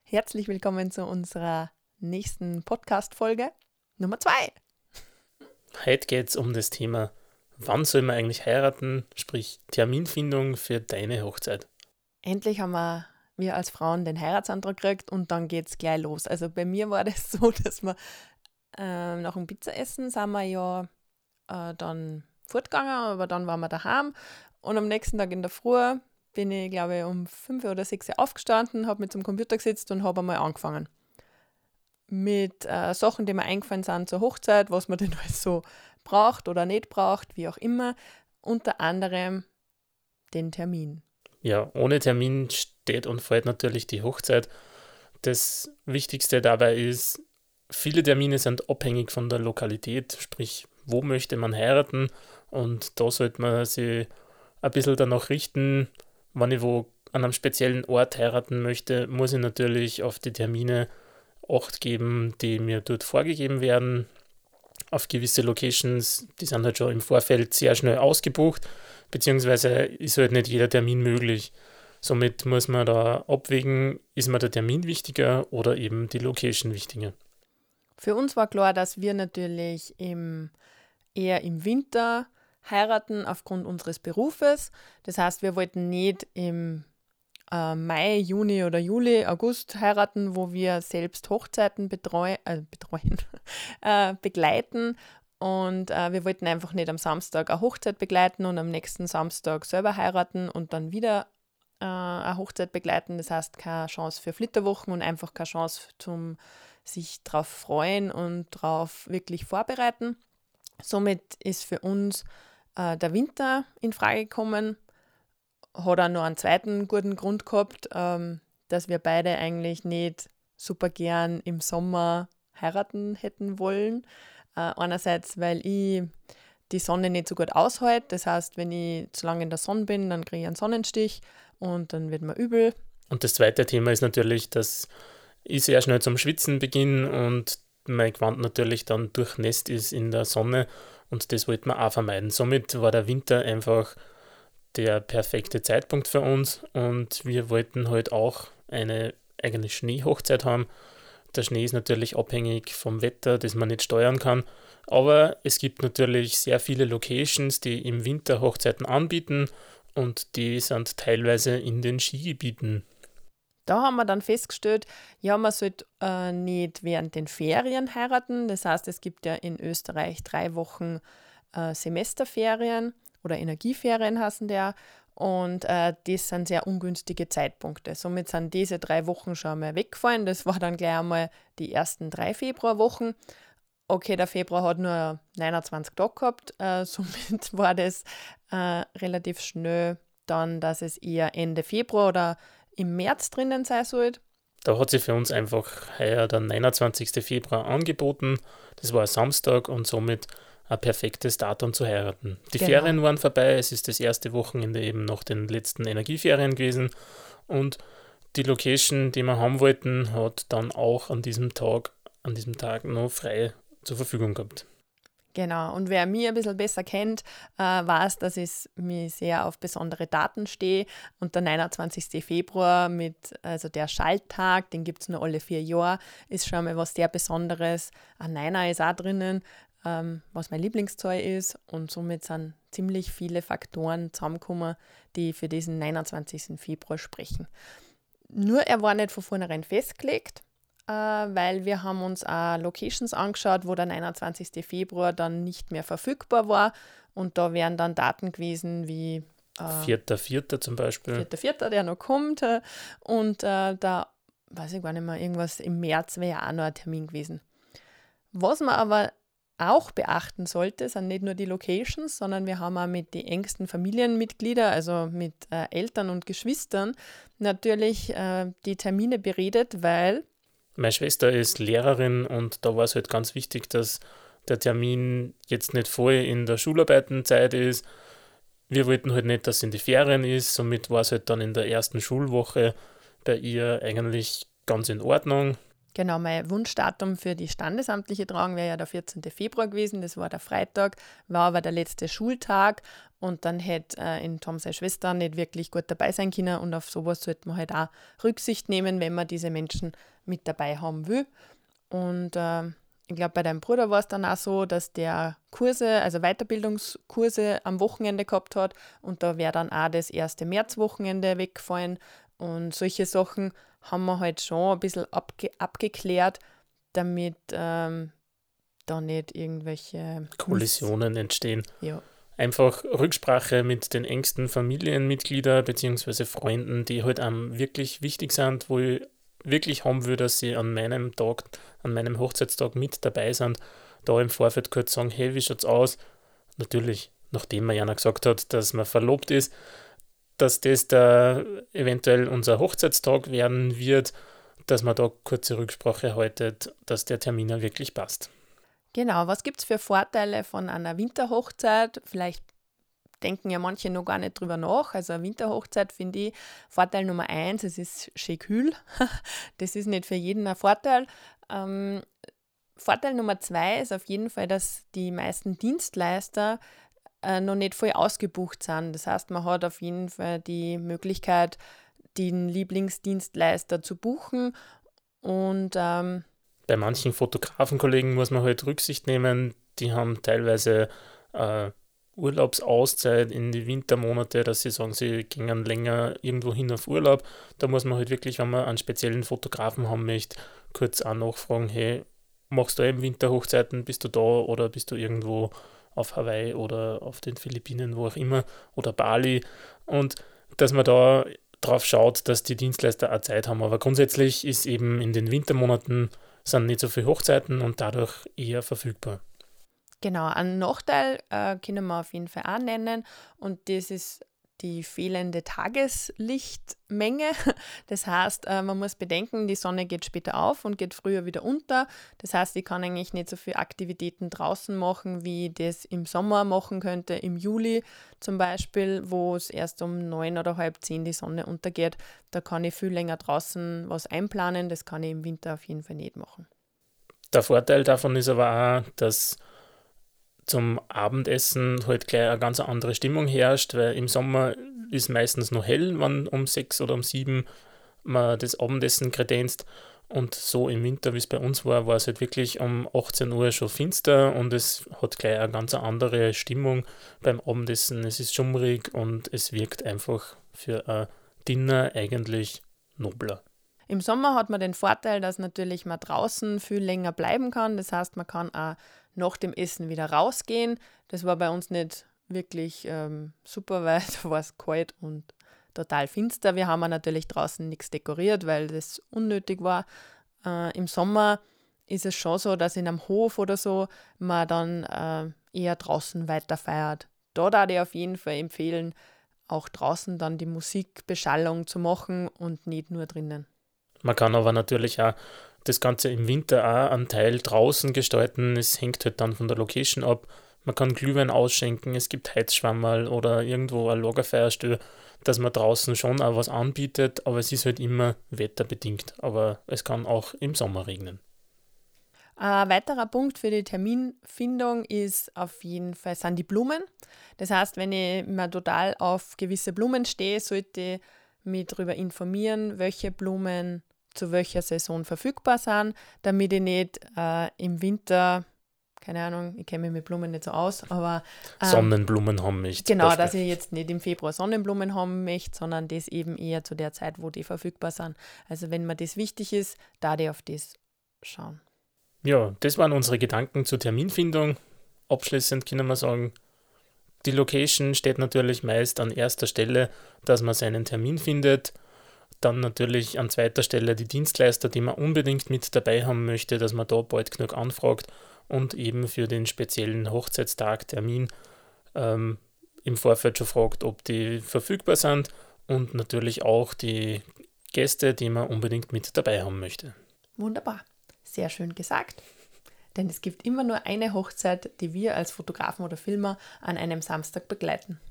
Herzlich willkommen zu unserer nächsten Podcast-Folge Nummer 2. Heute geht es um das Thema, wann soll man eigentlich heiraten, sprich Terminfindung für deine Hochzeit. Endlich haben wir als Frauen den Heiratsantrag gekriegt und dann geht es gleich los. Also bei mir war das so, dass wir nach dem Pizzaessen sind wir ja dann fortgegangen, aber dann waren wir daheim und am nächsten Tag in der Früh bin ich, glaube ich, um 5 oder 6 Uhr aufgestanden, habe mich zum Computer gesetzt und habe einmal angefangen. Mit Sachen, die mir eingefallen sind zur Hochzeit, was man denn alles so braucht oder nicht braucht, wie auch immer. Unter anderem den Termin. Ja, ohne Termin steht und fällt natürlich die Hochzeit. Das Wichtigste dabei ist, viele Termine sind abhängig von der Lokalität, sprich, wo möchte man heiraten, und da sollte man sich ein bisschen danach richten. Wenn ich wo an einem speziellen Ort heiraten möchte, muss ich natürlich auf die Termine Acht geben, die mir dort vorgegeben werden. Auf gewisse Locations, die sind halt schon im Vorfeld sehr schnell ausgebucht, beziehungsweise ist halt nicht jeder Termin möglich. Somit muss man da abwägen, ist mir der Termin wichtiger oder eben die Location wichtiger. Für uns war klar, dass wir natürlich eher im Winter heiraten aufgrund unseres Berufes. Das heißt, wir wollten nicht im Mai, Juni oder Juli, August heiraten, wo wir selbst Hochzeiten begleiten. Und wir wollten einfach nicht am Samstag eine Hochzeit begleiten und am nächsten Samstag selber heiraten und dann wieder eine Hochzeit begleiten. Das heißt, keine Chance für Flitterwochen und einfach keine Chance zum sich darauf freuen und darauf wirklich vorbereiten. Somit ist für uns der Winter in Frage gekommen. Hat auch noch einen zweiten guten Grund gehabt, dass wir beide eigentlich nicht super gern im Sommer heiraten hätten wollen. Einerseits, weil ich die Sonne nicht so gut aushalte. Das heißt, wenn ich zu lange in der Sonne bin, dann kriege ich einen Sonnenstich und dann wird mir übel. Und das zweite Thema ist natürlich, dass ich sehr schnell zum Schwitzen beginne und mein Gewand natürlich dann durchnässt ist in der Sonne, und das wollten wir auch vermeiden. Somit war der Winter einfach der perfekte Zeitpunkt für uns, und wir wollten halt auch eine eigene Schneehochzeit haben. Der Schnee ist natürlich abhängig vom Wetter, das man nicht steuern kann, aber es gibt natürlich sehr viele Locations, die im Winter Hochzeiten anbieten, und die sind teilweise in den Skigebieten. Da haben wir dann festgestellt, ja, man sollte nicht während den Ferien heiraten. Das heißt, es gibt ja in Österreich 3 Wochen Semesterferien oder Energieferien heißen die auch. Und das sind sehr ungünstige Zeitpunkte. Somit sind diese 3 Wochen schon einmal weggefallen. Das war dann gleich einmal die ersten 3 Februarwochen. Okay, der Februar hat nur 29 Tage gehabt. Somit war das relativ schnell dann, dass es eher Ende Februar oder im März drinnen sein sollte. Da hat sich für uns einfach heuer der 29. Februar angeboten. Das war ein Samstag und somit ein perfektes Datum zu heiraten. Die Genau. Ferien waren vorbei, es ist das erste Wochenende eben nach den letzten Energieferien gewesen, und die Location, die wir haben wollten, hat dann auch an diesem Tag noch frei zur Verfügung gehabt. Genau, und wer mich ein bisschen besser kennt, weiß, dass ich mich sehr auf besondere Daten stehe. Und der 29. Februar, also der Schalttag, den gibt es nur alle 4 Jahre, ist schon mal was sehr Besonderes. Ein Neuner ist auch drinnen, was mein Lieblingszahl ist. Und somit sind ziemlich viele Faktoren zusammengekommen, die für diesen 29. Februar sprechen. Nur er war nicht von vornherein festgelegt, weil wir haben uns auch Locations angeschaut, wo der 29. Februar dann nicht mehr verfügbar war, und da wären dann Daten gewesen wie 4.4. zum Beispiel. 4.4., der noch kommt, und da weiß ich gar nicht mehr, irgendwas im März wäre ja auch noch ein Termin gewesen. Was man aber auch beachten sollte, sind nicht nur die Locations, sondern wir haben auch mit den engsten Familienmitgliedern, also mit Eltern und Geschwistern, natürlich die Termine beredet, weil meine Schwester ist Lehrerin, und da war es halt ganz wichtig, dass der Termin jetzt nicht voll in der Schularbeitenzeit ist. Wir wollten halt nicht, dass es in die Ferien ist, somit war es halt dann in der ersten Schulwoche bei ihr eigentlich ganz in Ordnung. Genau, mein Wunschdatum für die standesamtliche Trauung wäre ja der 14. Februar gewesen, das war der Freitag, war aber der letzte Schultag und dann hätte in Tom seine Schwester nicht wirklich gut dabei sein können und auf sowas sollte man halt auch Rücksicht nehmen, wenn man diese Menschen mit dabei haben will. Und ich glaube, bei deinem Bruder war es dann auch so, dass der Kurse, also Weiterbildungskurse am Wochenende gehabt hat und da wäre dann auch das erste Märzwochenende weggefallen und solche Sachen haben wir halt schon ein bisschen abgeklärt, damit da nicht irgendwelche Kollisionen entstehen. Ja. Einfach Rücksprache mit den engsten Familienmitgliedern bzw. Freunden, die halt einem wirklich wichtig sind, wo ich wirklich haben will, dass sie an meinem Hochzeitstag mit dabei sind, da im Vorfeld kurz sagen, hey, wie schaut's aus? Natürlich, nachdem mir Jana gesagt hat, dass man verlobt ist, dass das da eventuell unser Hochzeitstag werden wird, dass man da kurze Rücksprache haltet, dass der Termin auch wirklich passt. Genau, was gibt es für Vorteile von einer Winterhochzeit? Vielleicht denken ja manche noch gar nicht drüber nach. Also eine Winterhochzeit finde ich Vorteil Nummer 1, es ist schön kühl. Das ist nicht für jeden ein Vorteil. Vorteil Nummer 2 ist auf jeden Fall, dass die meisten Dienstleister noch nicht voll ausgebucht sind. Das heißt, man hat auf jeden Fall die Möglichkeit, den Lieblingsdienstleister zu buchen. Und bei manchen Fotografenkollegen muss man halt Rücksicht nehmen. Die haben teilweise Urlaubsauszeit in die Wintermonate, dass sie sagen, sie gehen länger irgendwo hin auf Urlaub. Da muss man halt wirklich, wenn man einen speziellen Fotografen haben möchte, kurz auch nachfragen, hey, machst du eben Winterhochzeiten, bist du da oder bist du irgendwo auf Hawaii oder auf den Philippinen, wo auch immer, oder Bali, und dass man da drauf schaut, dass die Dienstleister auch Zeit haben. Aber grundsätzlich ist eben in den Wintermonaten sind nicht so viele Hochzeiten und dadurch eher verfügbar. Genau, einen Nachteil können wir auf jeden Fall auch nennen und das ist die fehlende Tageslichtmenge. Das heißt, man muss bedenken, die Sonne geht später auf und geht früher wieder unter. Das heißt, ich kann eigentlich nicht so viele Aktivitäten draußen machen, wie ich das im Sommer machen könnte, im Juli zum Beispiel, wo es erst um 9 oder halb 10 die Sonne untergeht. Da kann ich viel länger draußen was einplanen, das kann ich im Winter auf jeden Fall nicht machen. Der Vorteil davon ist aber auch, dass zum Abendessen halt gleich eine ganz andere Stimmung herrscht, weil im Sommer ist meistens noch hell, wenn um 6 oder um 7 man das Abendessen kredenzt, und so im Winter, wie es bei uns war, war es halt wirklich um 18 Uhr schon finster und es hat gleich eine ganz andere Stimmung beim Abendessen. Es ist schummrig und es wirkt einfach für ein Dinner eigentlich nobler. Im Sommer hat man den Vorteil, dass natürlich man draußen viel länger bleiben kann. Das heißt, man kann auch nach dem Essen wieder rausgehen. Das war bei uns nicht wirklich super, weil da war es kalt und total finster. Wir haben natürlich draußen nichts dekoriert, weil das unnötig war. Im Sommer ist es schon so, dass in einem Hof oder so man dann eher draußen weiter feiert. Da würde ich auf jeden Fall empfehlen, auch draußen dann die Musikbeschallung zu machen und nicht nur drinnen. Man kann aber natürlich auch das Ganze im Winter auch einen Teil draußen gestalten. Es hängt halt dann von der Location ab. Man kann Glühwein ausschenken, es gibt Heizschwammerl oder irgendwo ein Lagerfeuerstelle, dass man draußen schon auch was anbietet, aber es ist halt immer wetterbedingt. Aber es kann auch im Sommer regnen. Ein weiterer Punkt für die Terminfindung ist auf jeden Fall sind die Blumen. Das heißt, wenn ich mir total auf gewisse Blumen stehe, sollte ich mich darüber informieren, welche Blumen zu welcher Saison verfügbar sind, damit ich nicht im Winter, keine Ahnung, ich kenne mich mit Blumen nicht so aus, aber Sonnenblumen haben möchte. Genau, dass ich jetzt nicht im Februar Sonnenblumen haben möchte, sondern das eben eher zu der Zeit, wo die verfügbar sind. Also wenn mir das wichtig ist, darf ich auf das schauen. Ja, das waren unsere Gedanken zur Terminfindung. Abschließend können wir sagen, die Location steht natürlich meist an erster Stelle, dass man seinen Termin findet. Dann natürlich an zweiter Stelle die Dienstleister, die man unbedingt mit dabei haben möchte, dass man da bald genug anfragt und eben für den speziellen Hochzeitstag, Termin im Vorfeld schon fragt, ob die verfügbar sind, und natürlich auch die Gäste, die man unbedingt mit dabei haben möchte. Wunderbar, sehr schön gesagt. Denn es gibt immer nur eine Hochzeit, die wir als Fotografen oder Filmer an einem Samstag begleiten.